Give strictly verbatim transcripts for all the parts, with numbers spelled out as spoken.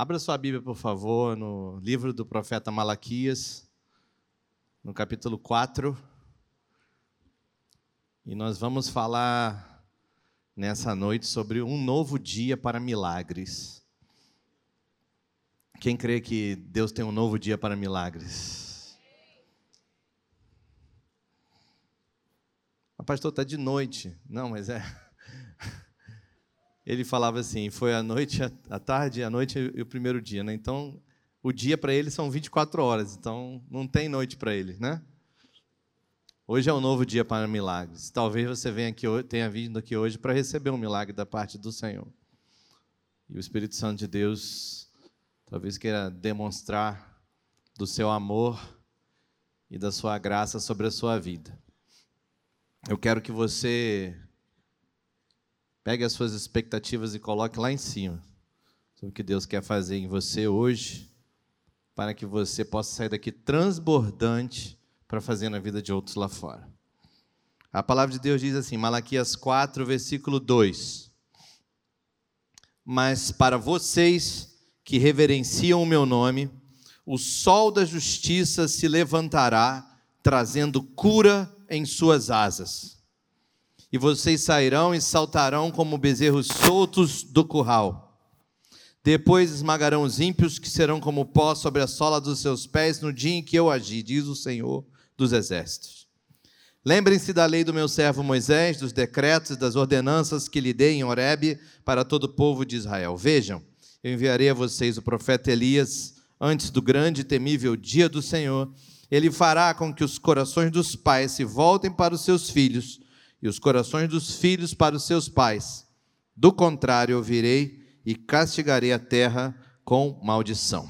Abra sua Bíblia, por favor, no livro do profeta Malaquias, no capítulo quatro. E nós vamos falar nessa noite sobre um novo dia para milagres. Quem crê que Deus tem um novo dia para milagres? O pastor está de noite. Não, mas é... Ele falava assim, foi a noite, a tarde, a noite e o primeiro dia, né? Então, o dia para ele são vinte e quatro horas, então não tem noite para ele, né? Hoje é um novo dia para milagres. Talvez você venha aqui, tenha vindo aqui hoje para receber um milagre da parte do Senhor. E o Espírito Santo de Deus talvez queira demonstrar do seu amor e da sua graça sobre a sua vida. Eu quero que você pegue as suas expectativas e coloque lá em cima sobre o que Deus quer fazer em você hoje, para que você possa sair daqui transbordante para fazer na vida de outros lá fora. A palavra de Deus diz assim, Malaquias quatro, versículo dois. Mas para vocês que reverenciam o meu nome, o sol da justiça se levantará, trazendo cura em suas asas. E vocês sairão e saltarão como bezerros soltos do curral. Depois esmagarão os ímpios, que serão como pó sobre a sola dos seus pés, no dia em que eu agi, diz o Senhor dos Exércitos. Lembrem-se da lei do meu servo Moisés, dos decretos e das ordenanças que lhe dei em Horebe para todo o povo de Israel. Vejam, eu enviarei a vocês o profeta Elias, antes do grande e temível dia do Senhor. Ele fará com que os corações dos pais se voltem para os seus filhos, e os corações dos filhos para os seus pais. Do contrário, eu virei e castigarei a terra com maldição.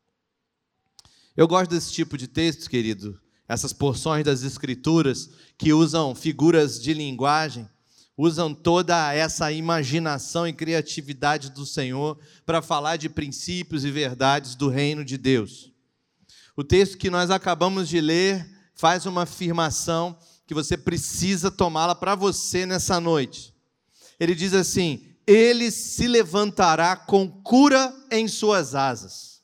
Eu gosto desse tipo de textos, querido, essas porções das Escrituras que usam figuras de linguagem, usam toda essa imaginação e criatividade do Senhor para falar de princípios e verdades do reino de Deus. O texto que nós acabamos de ler faz uma afirmação que você precisa tomá-la para você nessa noite. Ele diz assim, ele se levantará com cura em suas asas.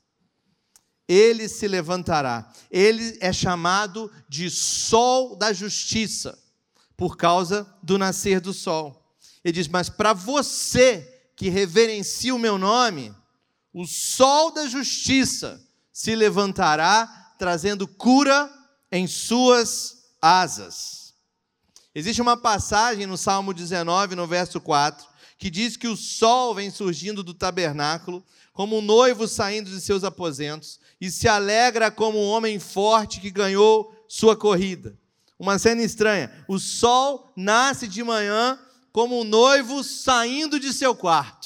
Ele se levantará. Ele é chamado de sol da justiça, por causa do nascer do sol. Ele diz, mas para você que reverencia o meu nome, o sol da justiça se levantará, trazendo cura em suas asas. Existe uma passagem no Salmo dezenove, no verso quatro, que diz que o sol vem surgindo do tabernáculo, como um noivo saindo de seus aposentos, e se alegra como um homem forte que ganhou sua corrida. Uma cena estranha. O sol nasce de manhã como um noivo saindo de seu quarto.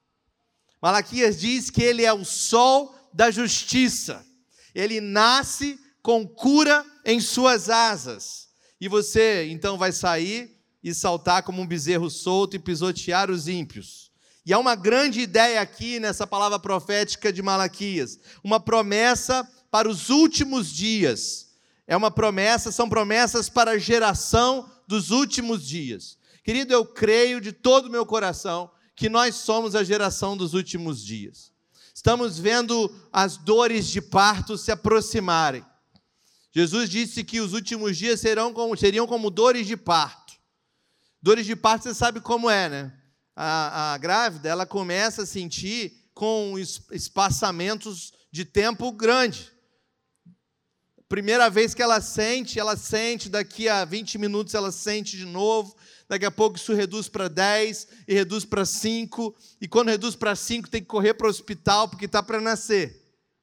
Malaquias diz que ele é o sol da justiça. Ele nasce com cura em suas asas. E você, então, vai sair e saltar como um bezerro solto e pisotear os ímpios. E há uma grande ideia aqui nessa palavra profética de Malaquias. Uma promessa para os últimos dias. É uma promessa, são promessas para a geração dos últimos dias. Querido, eu creio de todo o meu coração que nós somos a geração dos últimos dias. Estamos vendo as dores de parto se aproximarem. Jesus disse que os últimos dias serão como, seriam como dores de parto. Dores de parto, você sabe como é, né? A, a grávida, ela começa a sentir com espaçamentos de tempo grande. Primeira vez que ela sente, ela sente, daqui a vinte minutos ela sente de novo, daqui a pouco isso reduz para dez, e reduz para cinco, e quando reduz para cinco tem que correr para o hospital porque está para nascer.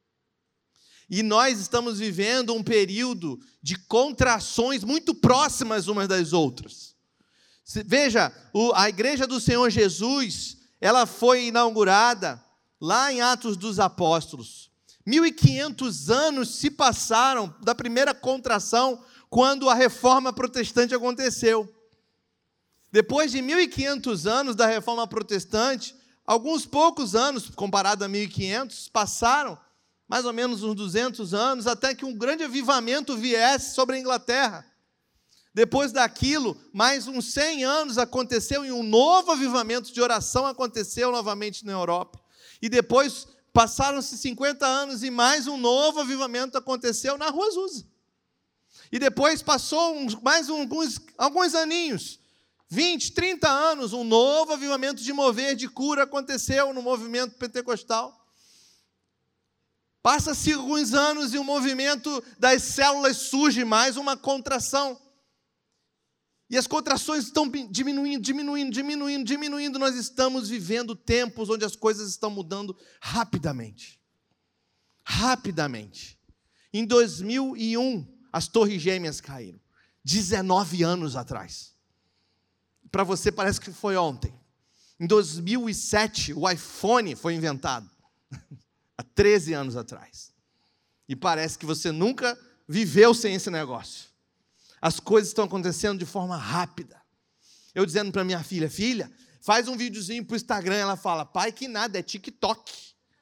E nós estamos vivendo um período de contrações muito próximas umas das outras. Veja, a Igreja do Senhor Jesus, ela foi inaugurada lá em Atos dos Apóstolos. mil e quinhentos anos se passaram da primeira contração, quando a Reforma Protestante aconteceu. Depois de mil e quinhentos anos da Reforma Protestante, alguns poucos anos, comparado a mil e quinhentos, passaram mais ou menos uns duzentos anos, até que um grande avivamento viesse sobre a Inglaterra. Depois daquilo, mais uns cem anos aconteceu, e um novo avivamento de oração aconteceu novamente na Europa. E depois, passaram-se cinquenta anos e mais um novo avivamento aconteceu na Rua Azusa. E depois passou uns, mais alguns, alguns aninhos, vinte, trinta anos, um novo avivamento de mover, de cura aconteceu no movimento pentecostal. Passa-se alguns anos e o movimento das células surge, mais uma contração. E as contrações estão diminuindo, diminuindo, diminuindo, diminuindo. Nós estamos vivendo tempos onde as coisas estão mudando rapidamente. Rapidamente. Em dois mil e um, as Torres Gêmeas caíram. dezenove anos atrás. Para você parece que foi ontem. Em dois mil e sete, o iPhone foi inventado. Há treze anos atrás. E parece que você nunca viveu sem esse negócio. As coisas estão acontecendo de forma rápida. Eu dizendo para minha filha, filha, faz um videozinho para o Instagram. Ela fala, pai, que nada, é TikTok.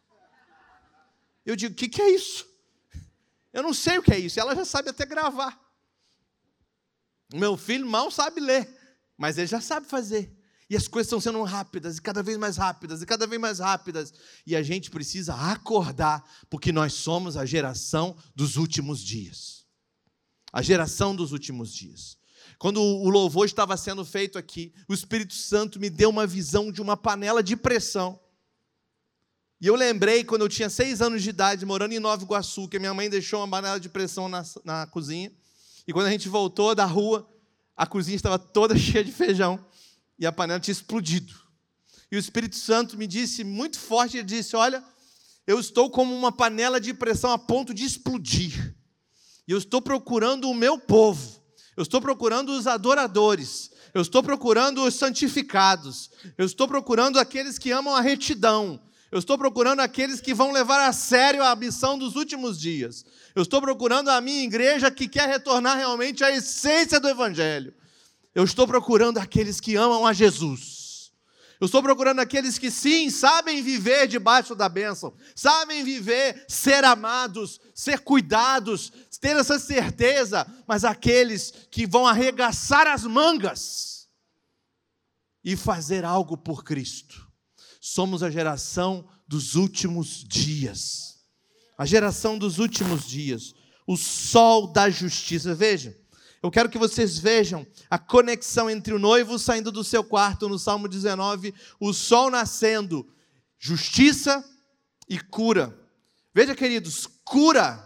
Eu digo, o que, que é isso? Eu não sei o que é isso. Ela já sabe até gravar. Meu filho mal sabe ler, mas ele já sabe fazer. E as coisas estão sendo rápidas, e cada vez mais rápidas, e cada vez mais rápidas. E a gente precisa acordar, porque nós somos a geração dos últimos dias. A geração dos últimos dias. Quando o louvor estava sendo feito aqui, o Espírito Santo me deu uma visão de uma panela de pressão. E eu lembrei, quando eu tinha seis anos de idade, morando em Nova Iguaçu, que a minha mãe deixou uma panela de pressão na, na cozinha. E quando a gente voltou da rua, a cozinha estava toda cheia de feijão. E a panela tinha explodido. E o Espírito Santo me disse muito forte, ele disse, olha, eu estou como uma panela de pressão a ponto de explodir. E eu estou procurando o meu povo. Eu estou procurando os adoradores. Eu estou procurando os santificados. Eu estou procurando aqueles que amam a retidão. Eu estou procurando aqueles que vão levar a sério a missão dos últimos dias. Eu estou procurando a minha igreja que quer retornar realmente à essência do Evangelho. Eu estou procurando aqueles que amam a Jesus. Eu estou procurando aqueles que, sim, sabem viver debaixo da bênção, sabem viver, ser amados, ser cuidados, ter essa certeza, mas aqueles que vão arregaçar as mangas e fazer algo por Cristo. Somos a geração dos últimos dias. A geração dos últimos dias. O sol da justiça. Vejam. Eu quero que vocês vejam a conexão entre o noivo saindo do seu quarto, no Salmo dezenove, o sol nascendo, justiça e cura. Veja, queridos, cura.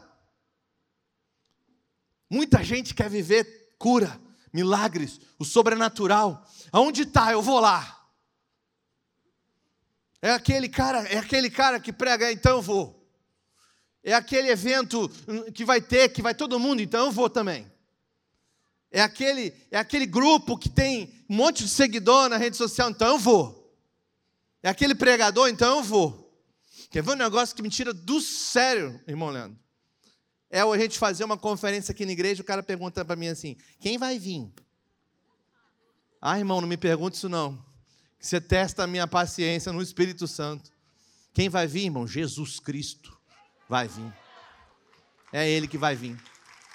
Muita gente quer viver cura, milagres, o sobrenatural. Aonde está? Eu vou lá. É aquele cara, é aquele cara que prega, então eu vou. É aquele evento que vai ter, que vai todo mundo, então eu vou também. É aquele, é aquele grupo que tem um monte de seguidor na rede social, então eu vou. É aquele pregador, então eu vou. Quer ver um negócio que me tira do sério, irmão Leandro? É a gente fazer uma conferência aqui na igreja, o cara pergunta para mim assim, quem vai vir? Ah, irmão, não me pergunte isso não. Você testa a minha paciência no Espírito Santo. Quem vai vir, irmão? Jesus Cristo vai vir. É Ele que vai vir.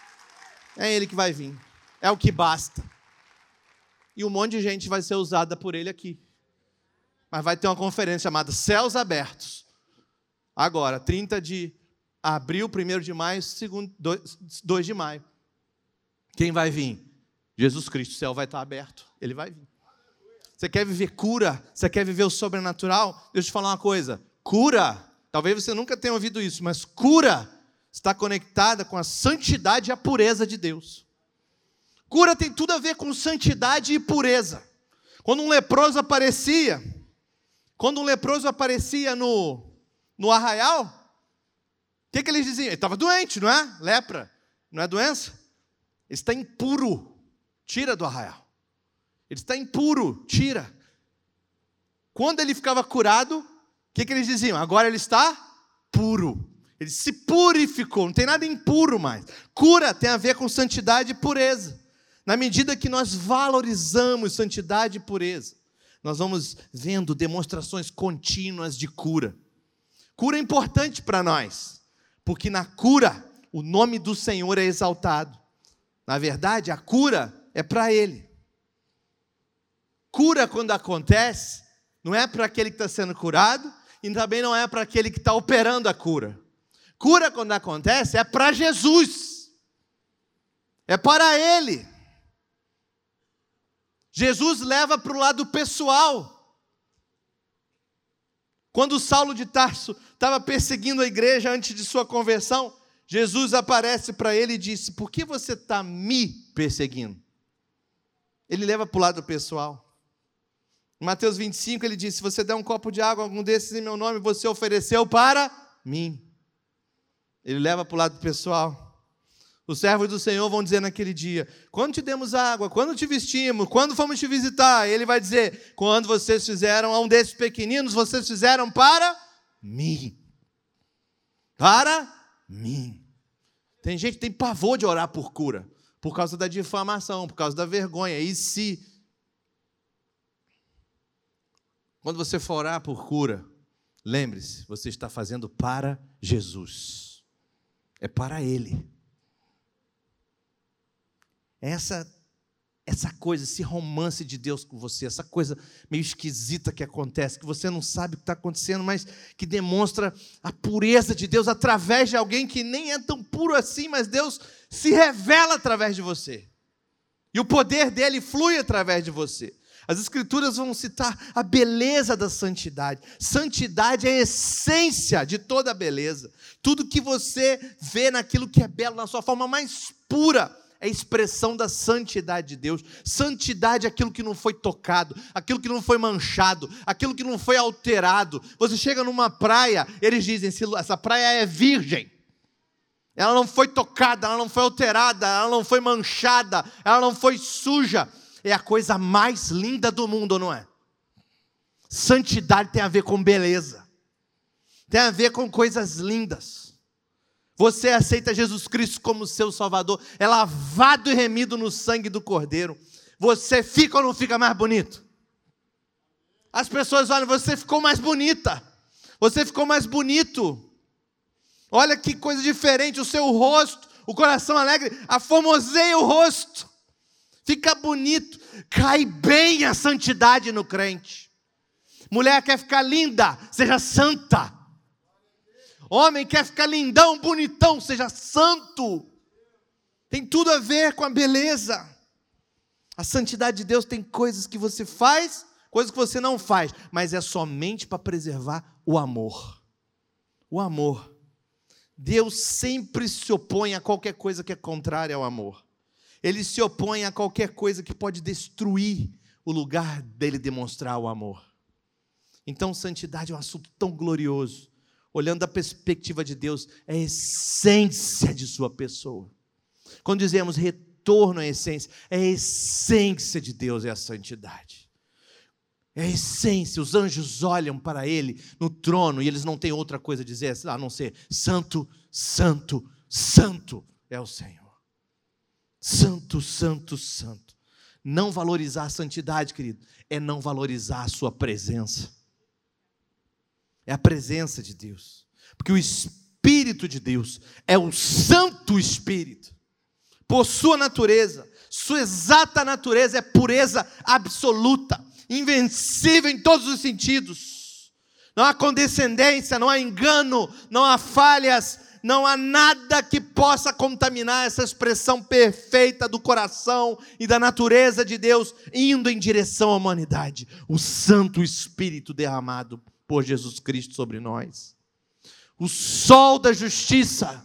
É Ele que vai vir. É o que basta. E um monte de gente vai ser usada por Ele aqui. Mas vai ter uma conferência chamada Céus Abertos. Agora, trinta de abril, primeiro de maio, dois de maio. Quem vai vir? Jesus Cristo. O céu vai estar aberto. Ele vai vir. Você quer viver cura? Você quer viver o sobrenatural? Deixa eu te falar uma coisa. Cura, talvez você nunca tenha ouvido isso, mas cura está conectada com a santidade e a pureza de Deus. Cura tem tudo a ver com santidade e pureza. Quando um leproso aparecia, quando um leproso aparecia no, no arraial, o que, que eles diziam? Ele estava doente, não é? Lepra, não é doença? Ele está impuro, tira do arraial. Ele está impuro, tira. Quando ele ficava curado, o que, que eles diziam? Agora ele está puro. Ele se purificou, não tem nada impuro mais. Cura tem a ver com santidade e pureza. Na medida que nós valorizamos santidade e pureza, nós vamos vendo demonstrações contínuas de cura. Cura é importante para nós, porque na cura o nome do Senhor é exaltado. Na verdade, a cura é para Ele. Cura, quando acontece, não é para aquele que está sendo curado, e também não é para aquele que está operando a cura. Cura, quando acontece, é para Jesus. É para Ele. Jesus leva para o lado pessoal. Quando Saulo de Tarso estava perseguindo a igreja antes de sua conversão, Jesus aparece para ele e disse: por que você está me perseguindo? Ele leva para o lado pessoal. Em Mateus vinte e cinco, ele diz: se você der um copo de água, algum desses em meu nome, você ofereceu para mim. Ele leva para o lado pessoal. Os servos do Senhor vão dizer naquele dia: quando te demos água, quando te vestimos, quando fomos te visitar? Ele vai dizer: quando vocês fizeram a um desses pequeninos, vocês fizeram para mim. Para mim. Tem gente que tem pavor de orar por cura, por causa da difamação, por causa da vergonha. E se, quando você for orar por cura, lembre-se, você está fazendo para Jesus. É para Ele. Essa, essa coisa, esse romance de Deus com você, essa coisa meio esquisita que acontece, que você não sabe o que está acontecendo, mas que demonstra a pureza de Deus através de alguém que nem é tão puro assim, mas Deus se revela através de você. E o poder dele flui através de você. As Escrituras vão citar a beleza da santidade. Santidade é a essência de toda a beleza. Tudo que você vê naquilo que é belo, na sua forma mais pura, é a expressão da santidade de Deus. Santidade é aquilo que não foi tocado, aquilo que não foi manchado, aquilo que não foi alterado. Você chega numa praia, eles dizem: essa praia é virgem. Ela não foi tocada, ela não foi alterada, ela não foi manchada, ela não foi suja. É a coisa mais linda do mundo, não é? Santidade tem a ver com beleza. Tem a ver com coisas lindas. Você aceita Jesus Cristo como seu Salvador, é lavado e remido no sangue do Cordeiro. Você fica ou não fica mais bonito? As pessoas olham: você ficou mais bonita, você ficou mais bonito. Olha que coisa diferente, o seu rosto, o coração alegre, aformoseia o rosto. Fica bonito, cai bem a santidade no crente. Mulher quer ficar linda, seja santa. Homem quer ficar lindão, bonitão, seja santo. Tem tudo a ver com a beleza. A santidade de Deus tem coisas que você faz, coisas que você não faz, mas é somente para preservar o amor. O amor. Deus sempre se opõe a qualquer coisa que é contrária ao amor. Ele se opõe a qualquer coisa que pode destruir o lugar dele demonstrar o amor. Então, santidade é um assunto tão glorioso. Olhando da perspectiva de Deus, é a essência de sua pessoa. Quando dizemos retorno à essência, é a essência de Deus, é a santidade. É a essência. Os anjos olham para Ele no trono e eles não têm outra coisa a dizer, a não ser: santo, santo, santo é o Senhor. Santo, santo, santo. Não valorizar a santidade, querido, é não valorizar a sua presença. É a presença de Deus. Porque o Espírito de Deus é o Santo Espírito. Por sua natureza, sua exata natureza é pureza absoluta, invencível em todos os sentidos. Não há condescendência, não há engano, não há falhas, não há nada que possa contaminar essa expressão perfeita do coração e da natureza de Deus, indo em direção à humanidade. O Santo Espírito derramado por Jesus Cristo sobre nós. O sol da justiça,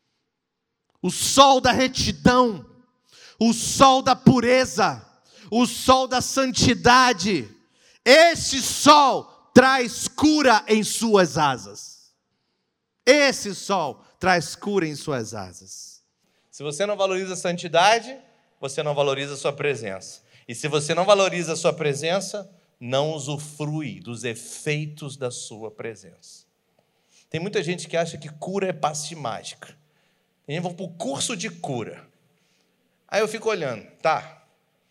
o sol da retidão, o sol da pureza, o sol da santidade. Esse sol traz cura em suas asas. Esse sol traz cura em suas asas. Se você não valoriza a santidade, você não valoriza a sua presença. E se você não valoriza a sua presença, não usufrui dos efeitos da sua presença. Tem muita gente que acha que cura é passe mágica. Eles vão para o curso de cura. Aí eu fico olhando, tá,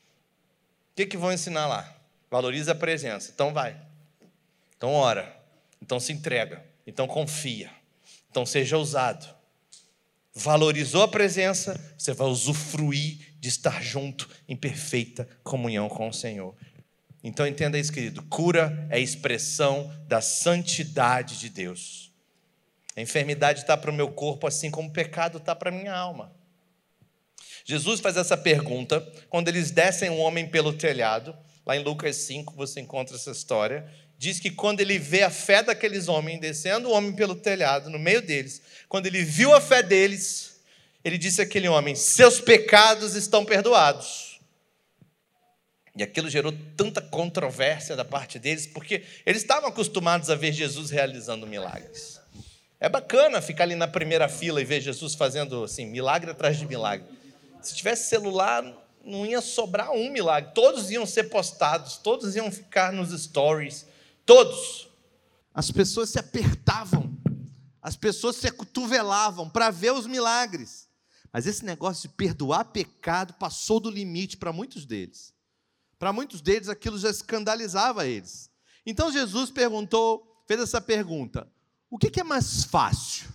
o que que vão ensinar lá? Valoriza a presença. Então vai. Então ora. Então se entrega. Então confia. Então seja ousado. Valorizou a presença, você vai usufruir de estar junto em perfeita comunhão com o Senhor. Então entenda isso, querido. Cura é expressão da santidade de Deus. A enfermidade está para o meu corpo, assim como o pecado está para a minha alma. Jesus faz essa pergunta quando eles descem um homem pelo telhado. Lá em Lucas cinco você encontra essa história. Diz que quando ele vê a fé daqueles homens, descendo o homem pelo telhado, no meio deles, quando ele viu a fé deles, ele disse àquele homem: seus pecados estão perdoados. E aquilo gerou tanta controvérsia da parte deles, porque eles estavam acostumados a ver Jesus realizando milagres. É bacana ficar ali na primeira fila e ver Jesus fazendo assim, milagre atrás de milagre. Se tivesse celular, não ia sobrar um milagre. Todos iam ser postados, todos iam ficar nos stories, todos. As pessoas se apertavam, as pessoas se acotovelavam para ver os milagres. Mas esse negócio de perdoar pecado passou do limite para muitos deles. Para muitos deles, aquilo já escandalizava eles. Então Jesus perguntou, fez essa pergunta: o que é mais fácil?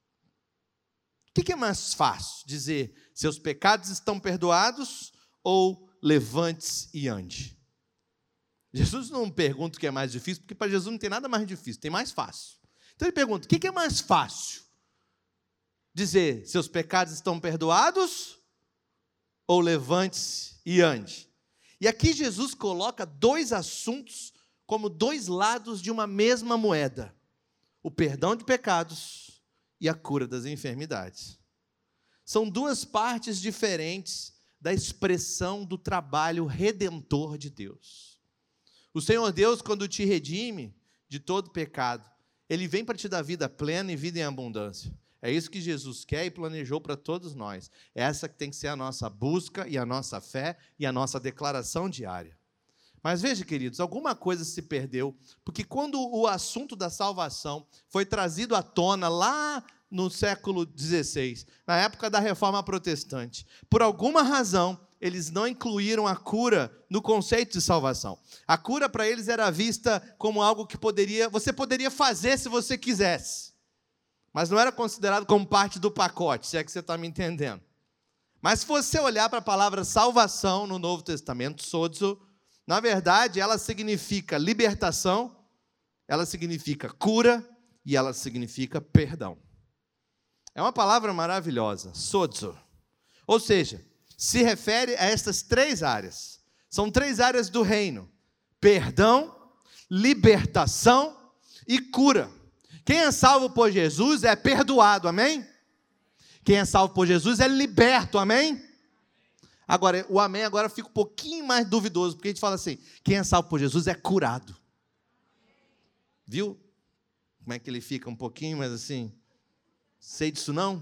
O que é mais fácil? Dizer, seus pecados estão perdoados, ou levante-se e ande? Jesus não pergunta o que é mais difícil, porque para Jesus não tem nada mais difícil, tem mais fácil. Então ele pergunta, o que é mais fácil? Dizer, seus pecados estão perdoados, ou levante-se e ande? E aqui Jesus coloca dois assuntos como dois lados de uma mesma moeda: o perdão de pecados e a cura das enfermidades. São duas partes diferentes da expressão do trabalho redentor de Deus. O Senhor Deus, quando te redime de todo pecado, Ele vem para te dar vida plena e vida em abundância. É isso que Jesus quer e planejou para todos nós. Essa que tem que ser a nossa busca e a nossa fé e a nossa declaração diária. Mas veja, queridos, alguma coisa se perdeu, porque quando o assunto da salvação foi trazido à tona lá no século dezesseis, na época da Reforma Protestante, por alguma razão, eles não incluíram a cura no conceito de salvação. A cura para eles era vista como algo que poderia, você poderia fazer se você quisesse, mas não era considerado como parte do pacote, se é que você está me entendendo. Mas se você olhar para a palavra salvação no Novo Testamento, sozo, na verdade, ela significa libertação, ela significa cura e ela significa perdão. É uma palavra maravilhosa, sozo. Ou seja, se refere a estas três áreas. São três áreas do reino: perdão, libertação e cura. Quem é salvo por Jesus é perdoado, amém? Quem é salvo por Jesus é liberto, amém? Agora, o amém agora fica um pouquinho mais duvidoso, porque a gente fala assim, quem é salvo por Jesus é curado. Viu? Como é que ele fica um pouquinho, mas assim, sei disso não?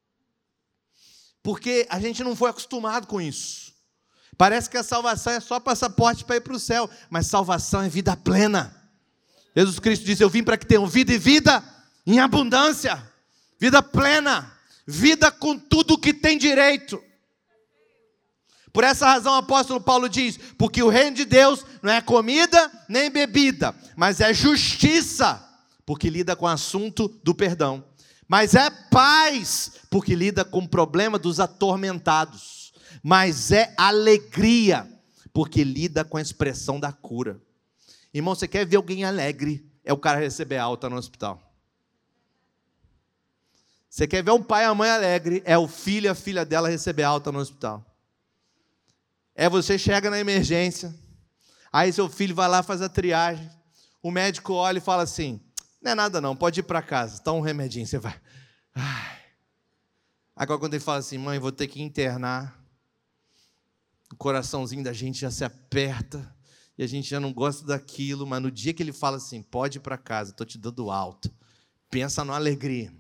Porque a gente não foi acostumado com isso. Parece que a salvação é só passaporte para ir para o céu, mas salvação é vida plena. Jesus Cristo disse, eu vim para que tenham vida e vida em abundância, vida plena, vida com tudo que tem direito. Por essa razão o apóstolo Paulo diz, porque o reino de Deus não é comida nem bebida, mas é justiça, porque lida com o assunto do perdão. Mas é paz, porque lida com o problema dos atormentados. Mas é alegria, porque lida com a expressão da cura. Irmão, você quer ver alguém alegre? É o cara receber alta no hospital. Você quer ver um pai e a mãe alegre? É o filho e a filha dela receber alta no hospital. É você chega na emergência, aí seu filho vai lá, faz a triagem, o médico olha e fala assim, não é nada não, pode ir para casa, toma um remedinho, você vai. Ai. Agora quando ele fala assim, mãe, vou ter que internar, o coraçãozinho da gente já se aperta, e a gente já não gosta daquilo, mas no dia que ele fala assim, pode ir para casa, estou te dando alta, pensa na alegria.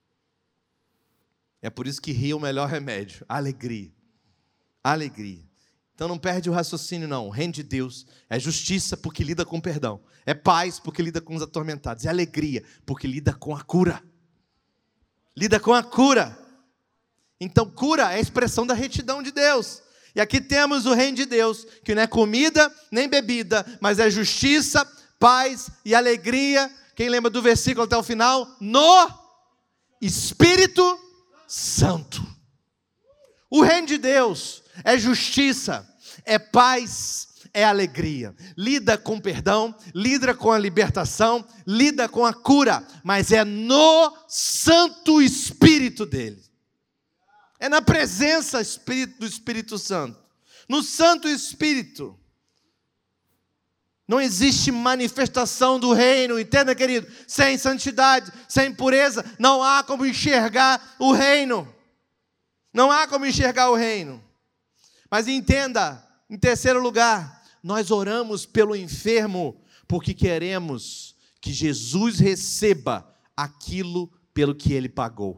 É por isso que rir é o melhor remédio, alegria, alegria. Então não perde o raciocínio não, o reino de Deus é justiça porque lida com perdão, é paz porque lida com os atormentados, é alegria porque lida com a cura, lida com a cura. Então cura é a expressão da retidão de Deus, e aqui temos o reino de Deus, que não é comida nem bebida, mas é justiça, paz e alegria. Quem lembra do versículo até o final? No Espírito Santo. O reino de Deus é justiça, é paz, é alegria. Lida com perdão, lida com a libertação, lida com a cura, mas é no Santo Espírito dele. É na presença do Espírito Santo. No Santo Espírito. Não existe manifestação do reino, entenda, querido? Sem santidade, sem pureza, não há como enxergar o reino. Não há como enxergar o reino. Mas entenda, em terceiro lugar, nós oramos pelo enfermo, porque queremos que Jesus receba aquilo pelo que ele pagou.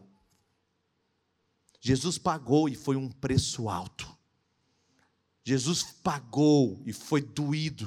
Jesus pagou e foi um preço alto. Jesus pagou e foi doído.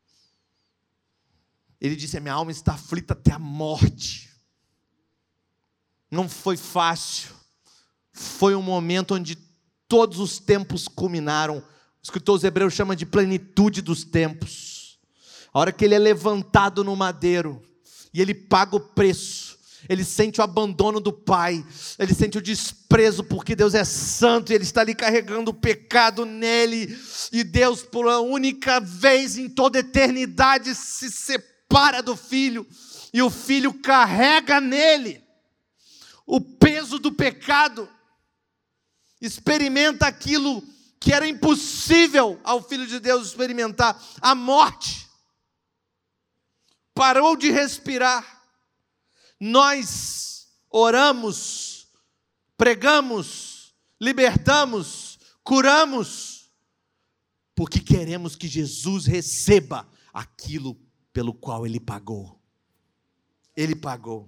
Ele disse: a minha alma está aflita até a morte. Não foi fácil. Foi um momento onde todos os tempos culminaram. O escritor aos Hebreus chama de plenitude dos tempos. A hora que ele é levantado no madeiro e ele paga o preço. Ele sente o abandono do Pai, ele sente o desprezo, porque Deus é santo, e ele está ali carregando o pecado nele, e Deus, por uma única vez em toda a eternidade, se separa do Filho, e o Filho carrega nele o peso do pecado, experimenta aquilo que era impossível ao Filho de Deus experimentar, a morte, parou de respirar. Nós oramos, pregamos, libertamos, curamos, porque queremos que Jesus receba aquilo pelo qual Ele pagou. Ele pagou.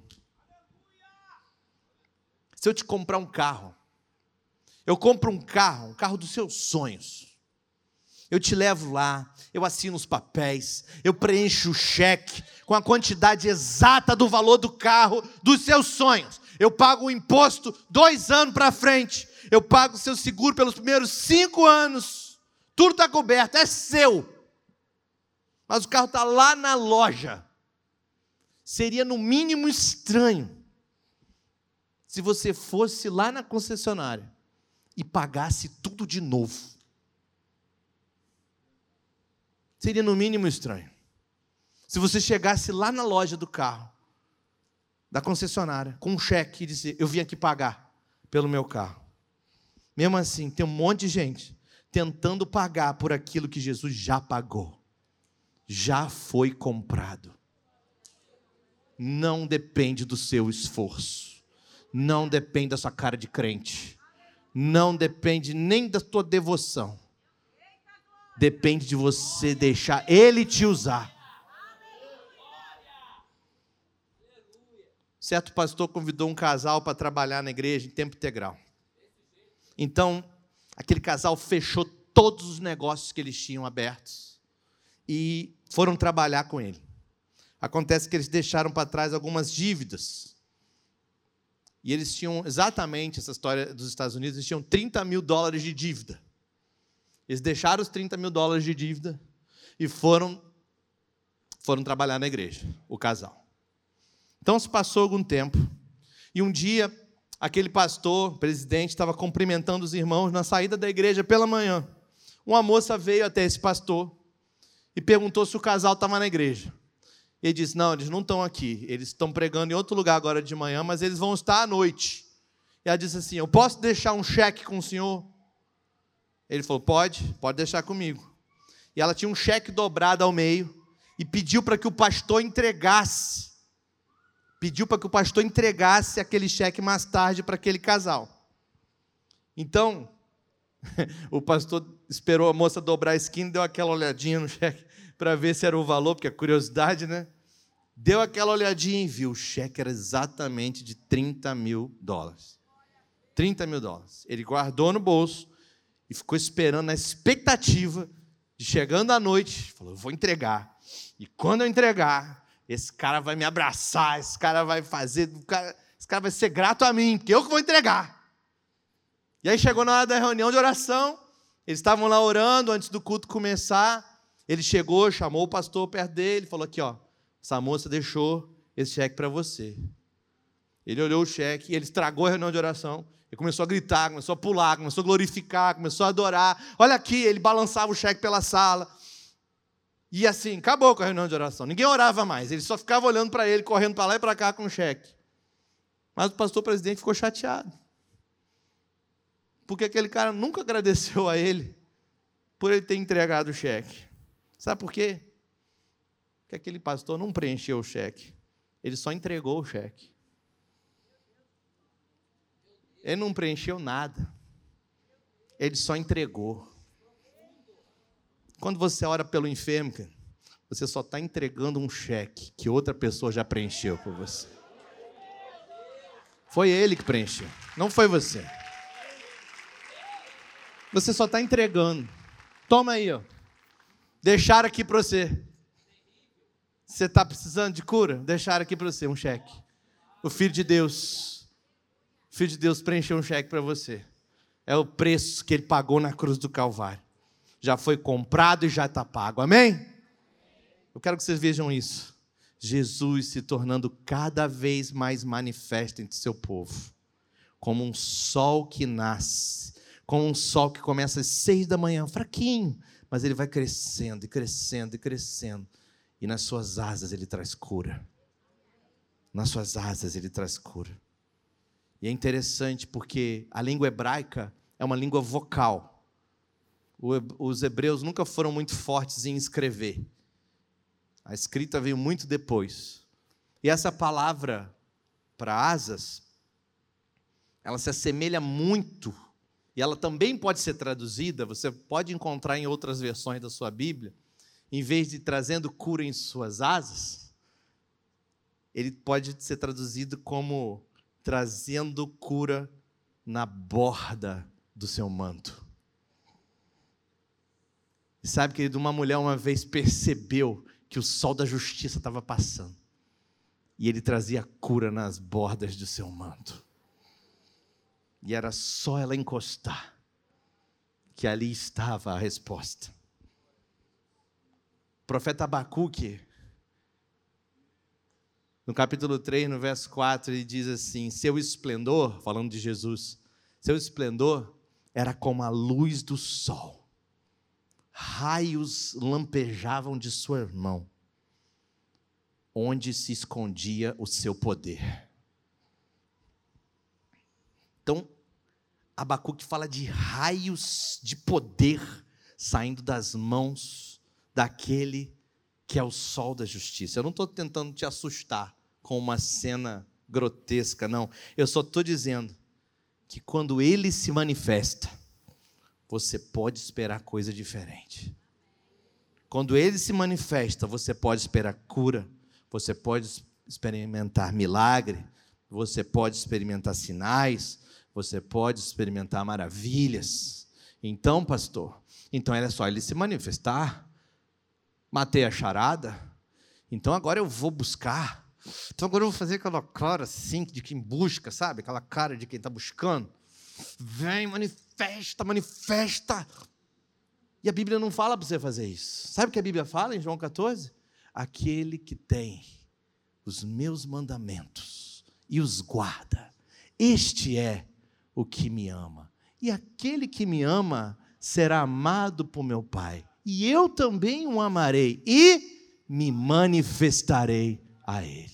Se eu te comprar um carro, eu compro um carro, um carro dos seus sonhos. Eu te levo lá, eu assino os papéis, eu preencho o cheque com a quantidade exata do valor do carro, dos seus sonhos. Eu pago o imposto dois anos para frente. Eu pago o seu seguro pelos primeiros cinco anos. Tudo está coberto, é seu. Mas o carro está lá na loja. Seria no mínimo estranho se você fosse lá na concessionária e pagasse tudo de novo. Seria no mínimo estranho. Se você chegasse lá na loja do carro, da concessionária, com um cheque e dizer: eu vim aqui pagar pelo meu carro. Mesmo assim, tem um monte de gente tentando pagar por aquilo que Jesus já pagou. Já foi comprado. Não depende do seu esforço. Não depende da sua cara de crente. Não depende nem da tua devoção. Depende de você deixar Ele te usar. Certo pastor convidou um casal para trabalhar na igreja em tempo integral. Então, aquele casal fechou todos os negócios que eles tinham abertos e foram trabalhar com ele. Acontece que eles deixaram para trás algumas dívidas. E eles tinham exatamente, essa história dos Estados Unidos, eles tinham trinta mil dólares de dívida. Eles deixaram os trinta mil dólares de dívida e foram, foram trabalhar na igreja, o casal. Então se passou algum tempo, e um dia aquele pastor, presidente, estava cumprimentando os irmãos na saída da igreja pela manhã. Uma moça veio até esse pastor e perguntou se o casal estava na igreja. E ele disse: não, eles não estão aqui, eles estão pregando em outro lugar agora de manhã, mas eles vão estar à noite. E ela disse assim: eu posso deixar um cheque com o senhor? Ele falou: pode, pode deixar comigo. E ela tinha um cheque dobrado ao meio e pediu para que o pastor entregasse. Pediu para que o pastor entregasse aquele cheque mais tarde para aquele casal. Então, o pastor esperou a moça dobrar a esquina, deu aquela olhadinha no cheque para ver se era o valor, porque é curiosidade, né? Deu aquela olhadinha e viu, o cheque era exatamente de trinta mil dólares. trinta mil dólares. Ele guardou no bolso e ficou esperando na expectativa de, chegando à noite, falou: eu vou entregar. E quando eu entregar, esse cara vai me abraçar, esse cara vai fazer, esse cara vai ser grato a mim, porque eu que vou entregar. E aí chegou na hora da reunião de oração, eles estavam lá orando antes do culto começar. Ele chegou, chamou o pastor perto dele, falou: aqui, ó, essa moça deixou esse cheque para você. Ele olhou o cheque e ele estragou a reunião de oração. Ele começou a gritar, começou a pular, começou a glorificar, começou a adorar. Olha aqui, ele balançava o cheque pela sala. E assim, acabou com a reunião de oração. Ninguém orava mais. Ele só ficava olhando para ele, correndo para lá e para cá com o cheque. Mas o pastor presidente ficou chateado. Porque aquele cara nunca agradeceu a ele por ele ter entregado o cheque. Sabe por quê? Porque aquele pastor não preencheu o cheque. Ele só entregou o cheque. Ele não preencheu nada. Ele só entregou. Quando você ora pelo enfermo, você só está entregando um cheque que outra pessoa já preencheu por você. Foi ele que preencheu, não foi você. Você só está entregando. Toma aí, ó. Deixaram aqui para você. Você está precisando de cura? Deixaram aqui para você um cheque. O Filho de Deus, o Filho de Deus preencheu um cheque para você. É o preço que ele pagou na cruz do Calvário. Já foi comprado e já está pago. Amém? Eu quero que vocês vejam isso. Jesus se tornando cada vez mais manifesto entre seu povo. Como um sol que nasce. Como um sol que começa às seis da manhã, fraquinho. Mas ele vai crescendo e crescendo e crescendo. E nas suas asas ele traz cura. Nas suas asas ele traz cura. E é interessante porque a língua hebraica é uma língua vocal. Os hebreus nunca foram muito fortes em escrever. A escrita veio muito depois. E essa palavra para asas, ela se assemelha muito, e ela também pode ser traduzida, você pode encontrar em outras versões da sua Bíblia, em vez de trazendo cura em suas asas, ele pode ser traduzido como trazendo cura na borda do seu manto. E sabe, querido, uma mulher uma vez percebeu que o sol da justiça estava passando. E ele trazia cura nas bordas do seu manto. E era só ela encostar, que ali estava a resposta. O profeta Abacuque, no capítulo três, no verso quatro, ele diz assim: seu esplendor, falando de Jesus, seu esplendor era como a luz do sol. Raios lampejavam de sua mão, onde se escondia o seu poder. Então, Abacuque fala de raios de poder saindo das mãos daquele que é o sol da justiça. Eu não estou tentando te assustar com uma cena grotesca, não. Eu só estou dizendo que quando ele se manifesta, você pode esperar coisa diferente. Quando ele se manifesta, você pode esperar cura, você pode experimentar milagre, você pode experimentar sinais, você pode experimentar maravilhas. Então, pastor, então era só ele se manifestar. Matei a charada, então agora eu vou buscar. Então agora eu vou fazer aquela cara assim, de quem busca, sabe? Aquela cara de quem está buscando. Vem, manifesta, manifesta. E a Bíblia não fala para você fazer isso. Sabe o que a Bíblia fala em João catorze? Aquele que tem os meus mandamentos e os guarda, este é o que me ama. E aquele que me ama será amado por meu Pai. E eu também o amarei e me manifestarei a ele.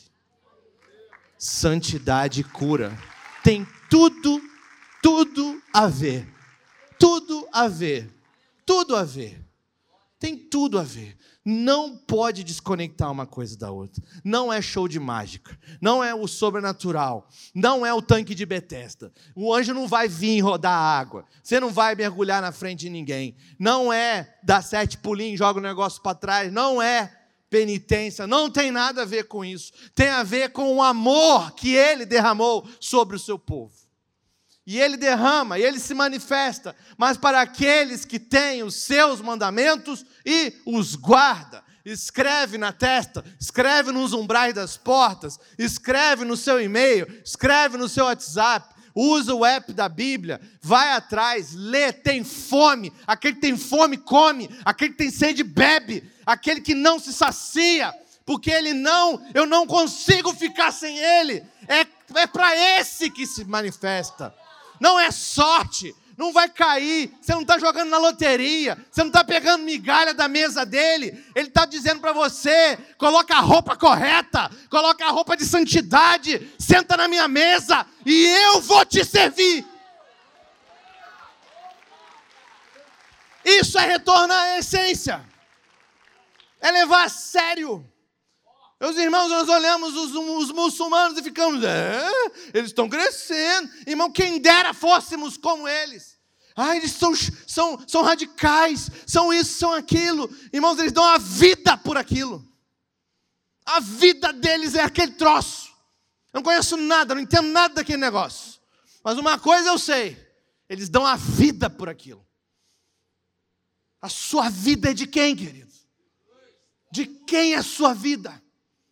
Santidade e cura tem tudo, tudo a ver. Tudo a ver. Tudo a ver. Tem tudo a ver. Não pode desconectar uma coisa da outra. Não é show de mágica. Não é o sobrenatural. Não é o tanque de Betesda. O anjo não vai vir rodar a água. Você não vai mergulhar na frente de ninguém. Não é dar sete pulinhos, joga o negócio para trás. Não é penitência. Não tem nada a ver com isso. Tem a ver com o amor que ele derramou sobre o seu povo. E ele derrama, e ele se manifesta, mas para aqueles que têm os seus mandamentos e os guarda. Escreve na testa, escreve nos umbrais das portas, escreve no seu e-mail, escreve no seu WhatsApp, usa o app da Bíblia, vai atrás, lê, tem fome, aquele que tem fome come, aquele que tem sede bebe, aquele que não se sacia, porque ele não, eu não consigo ficar sem ele, é, é para esse que se manifesta. Não é sorte, não vai cair, você não está jogando na loteria, você não está pegando migalha da mesa dele. Ele está dizendo para você, coloca a roupa correta, coloca a roupa de santidade, senta na minha mesa e eu vou te servir. Isso é retornar à essência, é levar a sério. Meus irmãos, nós olhamos os, os muçulmanos e ficamos, é, eles estão crescendo. Irmão, quem dera fôssemos como eles. Ah, eles são, são, são radicais, são isso, são aquilo. Irmãos, eles dão a vida por aquilo. A vida deles é aquele troço. Eu não conheço nada, não entendo nada daquele negócio. Mas uma coisa eu sei, eles dão a vida por aquilo. A sua vida é de quem, querido? De quem é a sua vida?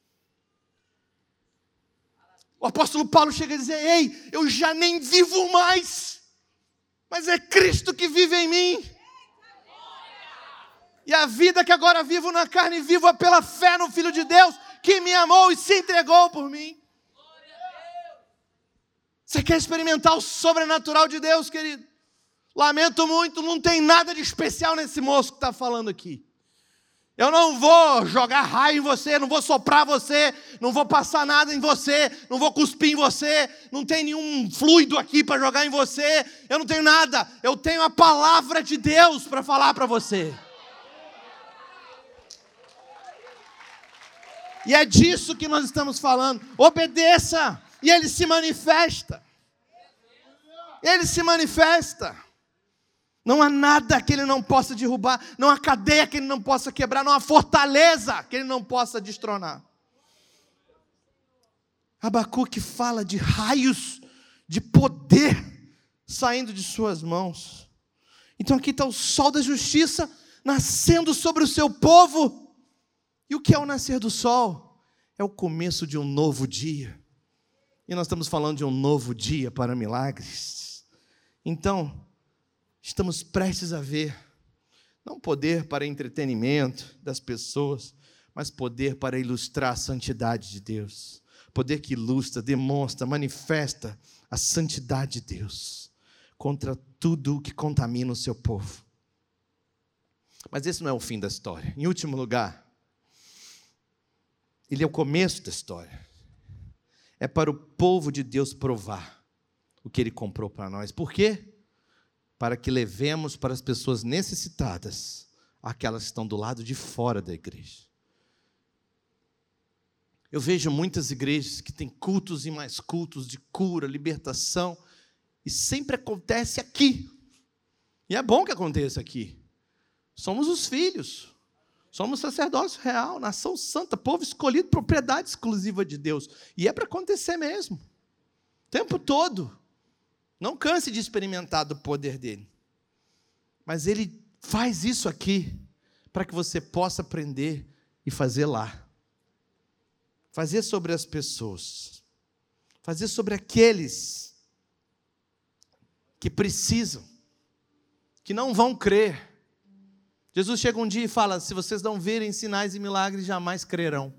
O apóstolo Paulo chega a dizer, ei, eu já nem vivo mais, mas é Cristo que vive em mim. E a vida que agora vivo na carne, vivo é pela fé no Filho de Deus, que me amou e se entregou por mim. Você quer experimentar o sobrenatural de Deus, querido? Lamento muito, não tem nada de especial nesse moço que está falando aqui. Eu não vou jogar raio em você, não vou soprar você, não vou passar nada em você, não vou cuspir em você, não tem nenhum fluido aqui para jogar em você, eu não tenho nada, eu tenho a palavra de Deus para falar para você. E é disso que nós estamos falando. Obedeça, e ele se manifesta. Ele se manifesta. Não há nada que ele não possa derrubar, não há cadeia que ele não possa quebrar, não há fortaleza que ele não possa destronar. Abacuque fala de raios de poder saindo de suas mãos. Então aqui está o sol da justiça nascendo sobre o seu povo. E o que é o nascer do sol? É o começo de um novo dia. E nós estamos falando de um novo dia para milagres. Então, estamos prestes a ver, não poder para entretenimento das pessoas, mas poder para ilustrar a santidade de Deus. Poder que ilustra, demonstra, manifesta a santidade de Deus contra tudo o que contamina o seu povo. Mas esse não é o fim da história. Em último lugar, ele é o começo da história. É para o povo de Deus provar o que ele comprou para nós. Por quê? Para que levemos para as pessoas necessitadas, aquelas que estão do lado de fora da igreja. Eu vejo muitas igrejas que têm cultos e mais cultos de cura, libertação, e sempre acontece aqui. E é bom que aconteça aqui. Somos os filhos, somos sacerdócio real, nação santa, povo escolhido, propriedade exclusiva de Deus. E é para acontecer mesmo, o tempo todo. Não canse de experimentar do poder dele. Mas ele faz isso aqui para que você possa aprender e fazer lá. Fazer sobre as pessoas. Fazer sobre aqueles que precisam, que não vão crer. Jesus chega um dia e fala, se vocês não verem sinais e milagres, jamais crerão.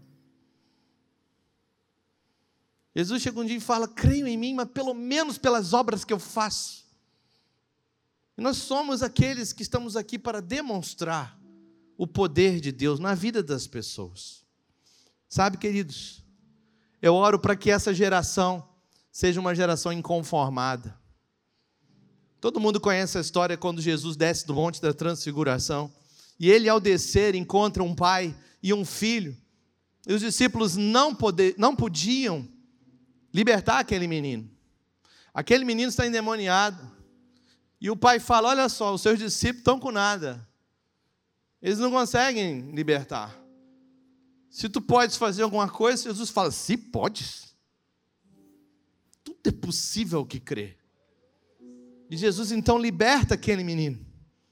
Jesus chega um dia e fala, creiam em mim, mas pelo menos pelas obras que eu faço. E nós somos aqueles que estamos aqui para demonstrar o poder de Deus na vida das pessoas. Sabe, queridos, eu oro para que essa geração seja uma geração inconformada. Todo mundo conhece a história quando Jesus desce do Monte da Transfiguração, e ele, ao descer, encontra um pai e um filho, e os discípulos não, poder, não podiam libertar aquele menino. Aquele menino está endemoniado. E o pai fala, olha só, os seus discípulos estão com nada. Eles não conseguem libertar. Se tu podes fazer alguma coisa, Jesus fala, se podes. Tudo é possível ao que crê. E Jesus então liberta aquele menino.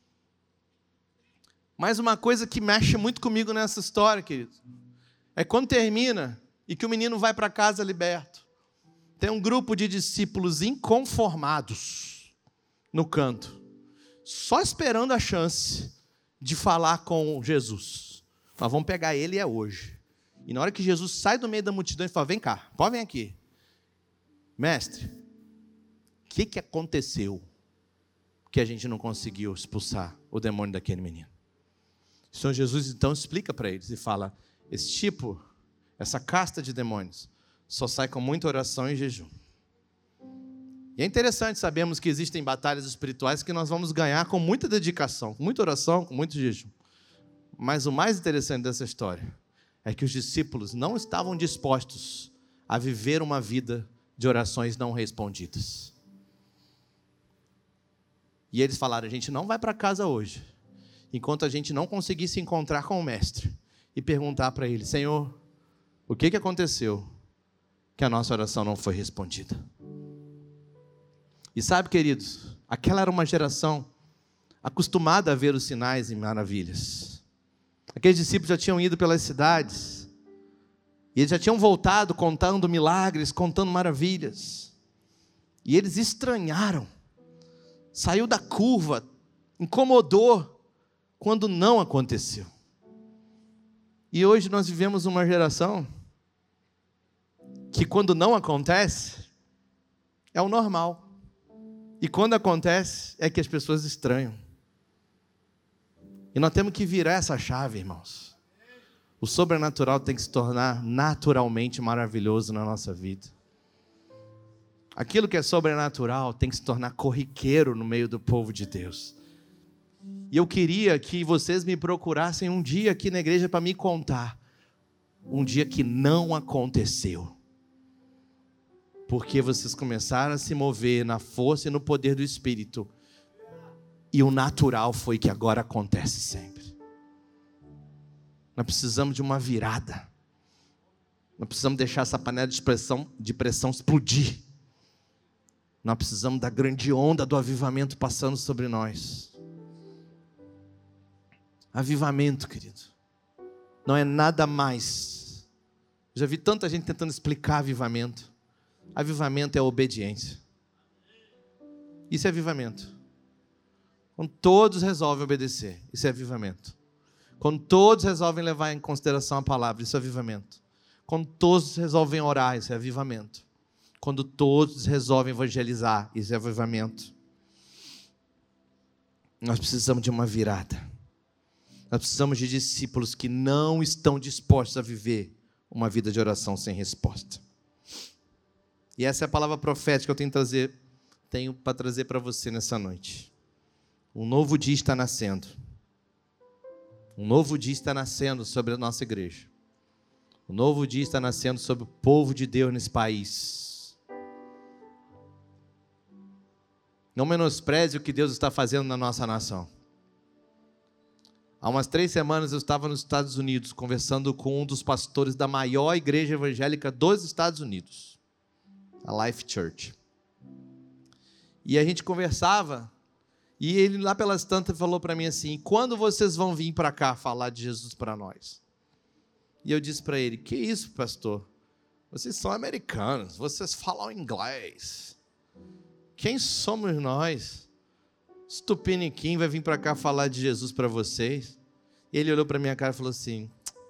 Mas uma coisa que mexe muito comigo nessa história, querido, é quando termina e que o menino vai para casa liberto. Tem um grupo de discípulos inconformados no canto, só esperando a chance de falar com Jesus. Nós vamos pegar ele e é hoje. E na hora que Jesus sai do meio da multidão, ele fala, vem cá, pode vir aqui. Mestre, o que, que aconteceu? que a gente não conseguiu expulsar o demônio daquele menino. O Senhor Jesus então explica para eles e fala: esse tipo, essa casta de demônios, só sai com muita oração e jejum. E é interessante, sabemos que existem batalhas espirituais que nós vamos ganhar com muita dedicação, com muita oração, com muito jejum. Mas o mais interessante dessa história é que os discípulos não estavam dispostos a viver uma vida de orações não respondidas. E eles falaram: a gente não vai para casa hoje, enquanto a gente não conseguir se encontrar com o mestre e perguntar para ele: Senhor, o que, que aconteceu que a nossa oração não foi respondida? E sabe, queridos, aquela era uma geração acostumada a ver os sinais e maravilhas. Aqueles discípulos já tinham ido pelas cidades, e eles já tinham voltado contando milagres, contando maravilhas. E eles estranharam, saiu da curva, incomodou, quando não aconteceu. E hoje nós vivemos uma geração que quando não acontece, é o normal. E quando acontece, é que as pessoas estranham. E nós temos que virar essa chave, irmãos. O sobrenatural tem que se tornar naturalmente maravilhoso na nossa vida. Aquilo que é sobrenatural tem que se tornar corriqueiro no meio do povo de Deus. E eu queria que vocês me procurassem um dia aqui na igreja para me contar um dia que não aconteceu. Porque vocês começaram a se mover na força e no poder do Espírito. E o natural foi que agora acontece sempre. Nós precisamos de uma virada. Nós precisamos deixar essa panela de pressão, de pressão explodir. Nós precisamos da grande onda do avivamento passando sobre nós. Avivamento, querido, não é nada mais. Já vi tanta gente tentando explicar avivamento. Avivamento é obediência. Isso é avivamento. Quando todos resolvem obedecer, isso é avivamento. Quando todos resolvem levar em consideração a palavra, isso é avivamento. Quando todos resolvem orar, isso é avivamento. Quando todos resolvem evangelizar, isso é avivamento. Nós precisamos de uma virada. Nós precisamos de discípulos que não estão dispostos a viver uma vida de oração sem resposta. E essa é a palavra profética que eu tenho, trazer, tenho para trazer para você nessa noite. Um novo dia está nascendo. Um novo dia está nascendo sobre a nossa igreja. Um novo dia está nascendo sobre o povo de Deus nesse país. Não menospreze o que Deus está fazendo na nossa nação. Há umas três semanas eu estava nos Estados Unidos conversando com um dos pastores da maior igreja evangélica dos Estados Unidos, a Life Church. E a gente conversava, e ele lá pelas tantas falou para mim assim: quando vocês vão vir para cá falar de Jesus para nós? E eu disse para ele: que isso, pastor? Vocês são americanos, vocês falam inglês. Quem somos nós? Estupiniquim vai vir para cá falar de Jesus para vocês? E ele olhou para minha cara e falou assim: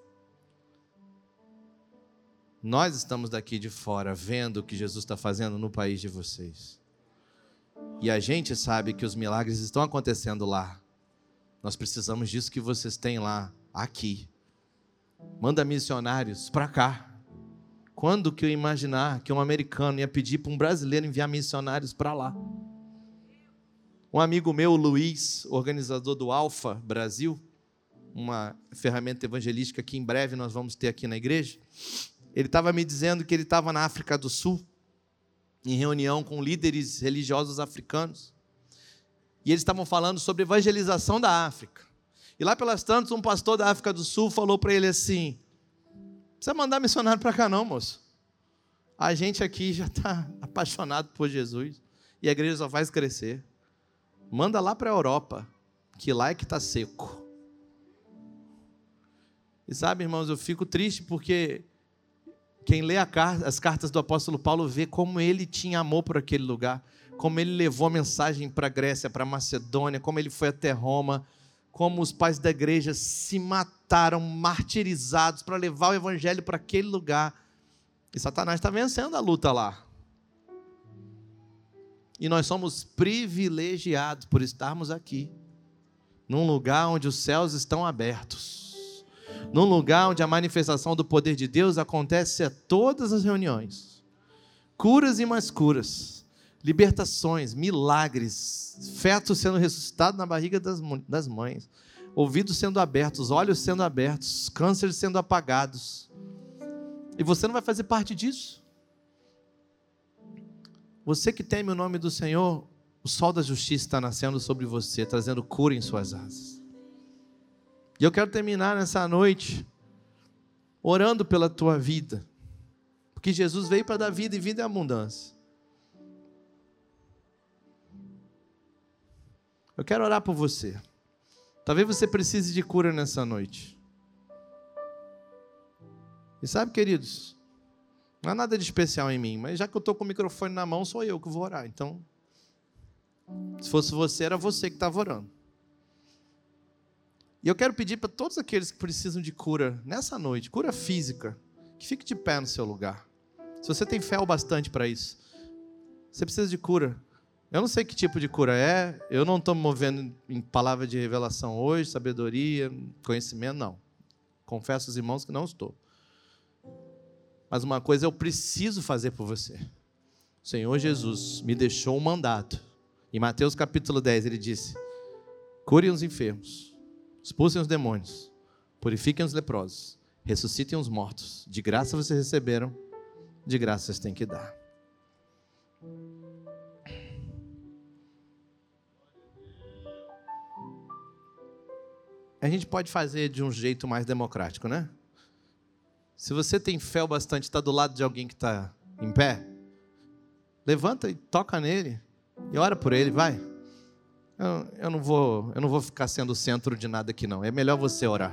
nós estamos daqui de fora vendo o que Jesus está fazendo no país de vocês. E a gente sabe que os milagres estão acontecendo lá. Nós precisamos disso que vocês têm lá, aqui. Manda missionários para cá. Quando que eu imaginar que um americano ia pedir para um brasileiro enviar missionários para lá? Um amigo meu, Luiz, organizador do Alfa Brasil, uma ferramenta evangelística que em breve nós vamos ter aqui na igreja, ele estava me dizendo que ele estava na África do Sul, em reunião com líderes religiosos africanos, e eles estavam falando sobre evangelização da África. E lá pelas tantas, um pastor da África do Sul falou para ele assim: não precisa mandar missionário para cá não, moço. A gente aqui já está apaixonado por Jesus, e a igreja só faz crescer. Manda lá para a Europa, que lá é que está seco. E sabe, irmãos, eu fico triste porque quem lê a carta, as cartas do apóstolo Paulo vê como ele tinha amor por aquele lugar, como ele levou a mensagem para a Grécia, para a Macedônia, como ele foi até Roma, como os pais da igreja se mataram, martirizados, para levar o evangelho para aquele lugar. E Satanás está vencendo a luta lá. E nós somos privilegiados por estarmos aqui, num lugar onde os céus estão abertos, num lugar onde a manifestação do poder de Deus acontece a todas as reuniões. Curas e mais curas, libertações, milagres, fetos sendo ressuscitados na barriga das, das mães, ouvidos sendo abertos, olhos sendo abertos, cânceres sendo apagados. E você não vai fazer parte disso? Você que teme o nome do Senhor, o sol da justiça está nascendo sobre você, trazendo cura em suas asas. E eu quero terminar nessa noite orando pela tua vida, porque Jesus veio para dar vida e vida em abundância. Eu quero orar por você. Talvez você precise de cura nessa noite. E sabe, queridos, não há nada de especial em mim, mas já que eu estou com o microfone na mão, sou eu que vou orar. Então, se fosse você, era você que estava orando. E eu quero pedir para todos aqueles que precisam de cura nessa noite, cura física, que fique de pé no seu lugar. Se você tem fé o bastante para isso, você precisa de cura. Eu não sei que tipo de cura é, eu não estou me movendo em palavra de revelação hoje, sabedoria, conhecimento, não. Confesso aos irmãos que não estou. Mas uma coisa eu preciso fazer por você. O Senhor Jesus me deixou um mandato. Em Mateus capítulo dez ele disse: curem os enfermos, expulsem os demônios, purifiquem os leprosos, ressuscitem os mortos. De graça vocês receberam, de graça vocês têm que dar. A gente pode fazer de um jeito mais democrático, né? Se você tem fé o bastante, está do lado de alguém que está em pé, levanta e toca nele e ora por ele, vai. Eu, eu, não vou, eu não vou ficar sendo o centro de nada aqui, não. É melhor você orar.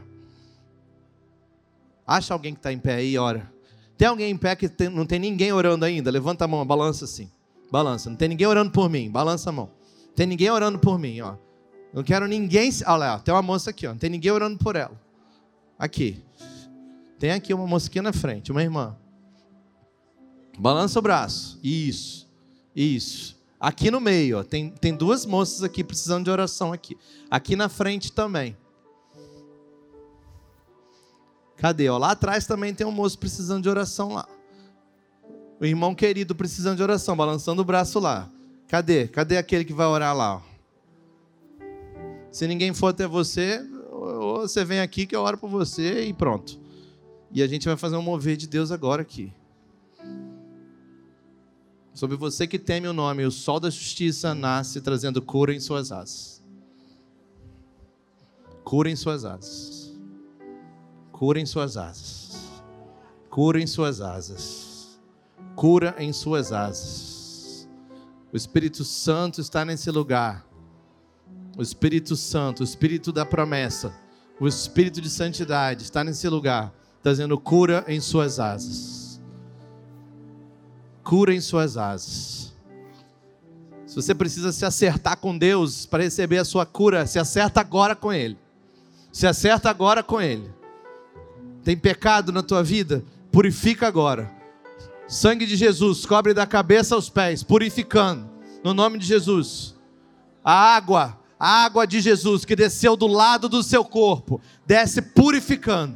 Acha alguém que está em pé aí e ora. Tem alguém em pé que tem, não tem ninguém orando ainda? Levanta a mão, balança assim. Balança. Não tem ninguém orando por mim? Balança a mão. Não tem ninguém orando por mim, ó. Não quero ninguém... Olha lá, tem uma moça aqui, ó. Não tem ninguém orando por ela. Aqui. Tem aqui uma moça aqui na frente, uma irmã. Balança o braço. Isso. Isso. Aqui no meio, ó, tem, tem duas moças aqui precisando de oração aqui. Aqui na frente também. Cadê? Ó, lá atrás também tem um moço precisando de oração lá. O irmão querido precisando de oração, balançando o braço lá. Cadê? Cadê aquele que vai orar lá? Ó? Se ninguém for até você, ou você vem aqui que eu oro por você e pronto. E a gente vai fazer um mover de Deus agora aqui. Sobre você que teme o nome, o sol da justiça nasce trazendo cura em suas asas. Cura em suas asas. Cura em suas asas. Cura em suas asas. Cura em suas asas. O Espírito Santo está nesse lugar. O Espírito Santo, o Espírito da promessa, o Espírito de santidade está nesse lugar, trazendo cura em suas asas. Cura em suas asas. Se você precisa se acertar com Deus para receber a sua cura, se acerta agora com Ele. Se acerta agora com Ele. Tem pecado na tua vida? Purifica agora. Sangue de Jesus, cobre da cabeça aos pés, purificando, no nome de Jesus. A água, a água de Jesus que desceu do lado do seu corpo, desce purificando.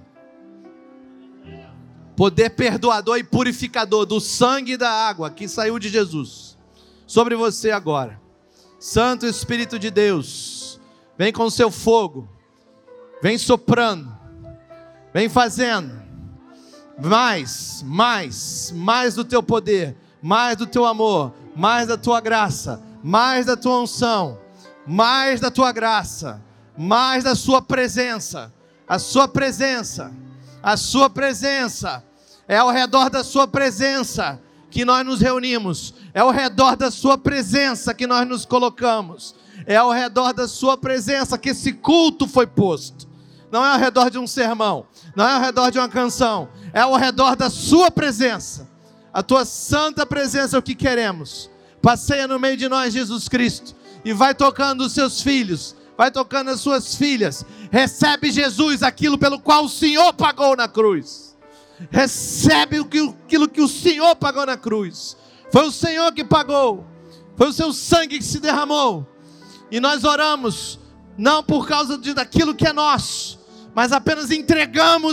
Poder perdoador e purificador do sangue e da água que saiu de Jesus, sobre você agora. Santo Espírito de Deus, vem com o seu fogo, vem soprando, vem fazendo, mais, mais, mais do teu poder, mais do teu amor, mais da tua graça, mais da tua unção, mais da tua graça, mais da sua presença, a sua presença, a sua presença, é ao redor da sua presença que nós nos reunimos, é ao redor da sua presença que nós nos colocamos, é ao redor da sua presença que esse culto foi posto, não é ao redor de um sermão, não é ao redor de uma canção, é ao redor da sua presença, a tua santa presença é o que queremos. Passeia no meio de nós, Jesus Cristo, e vai tocando os seus filhos, vai tocando as suas filhas. Recebe, Jesus, aquilo pelo qual o Senhor pagou na cruz. Recebe aquilo que o Senhor pagou na cruz. Foi o Senhor que pagou. Foi o seu sangue que se derramou. E nós oramos, não por causa de, daquilo que é nosso, mas apenas entregamos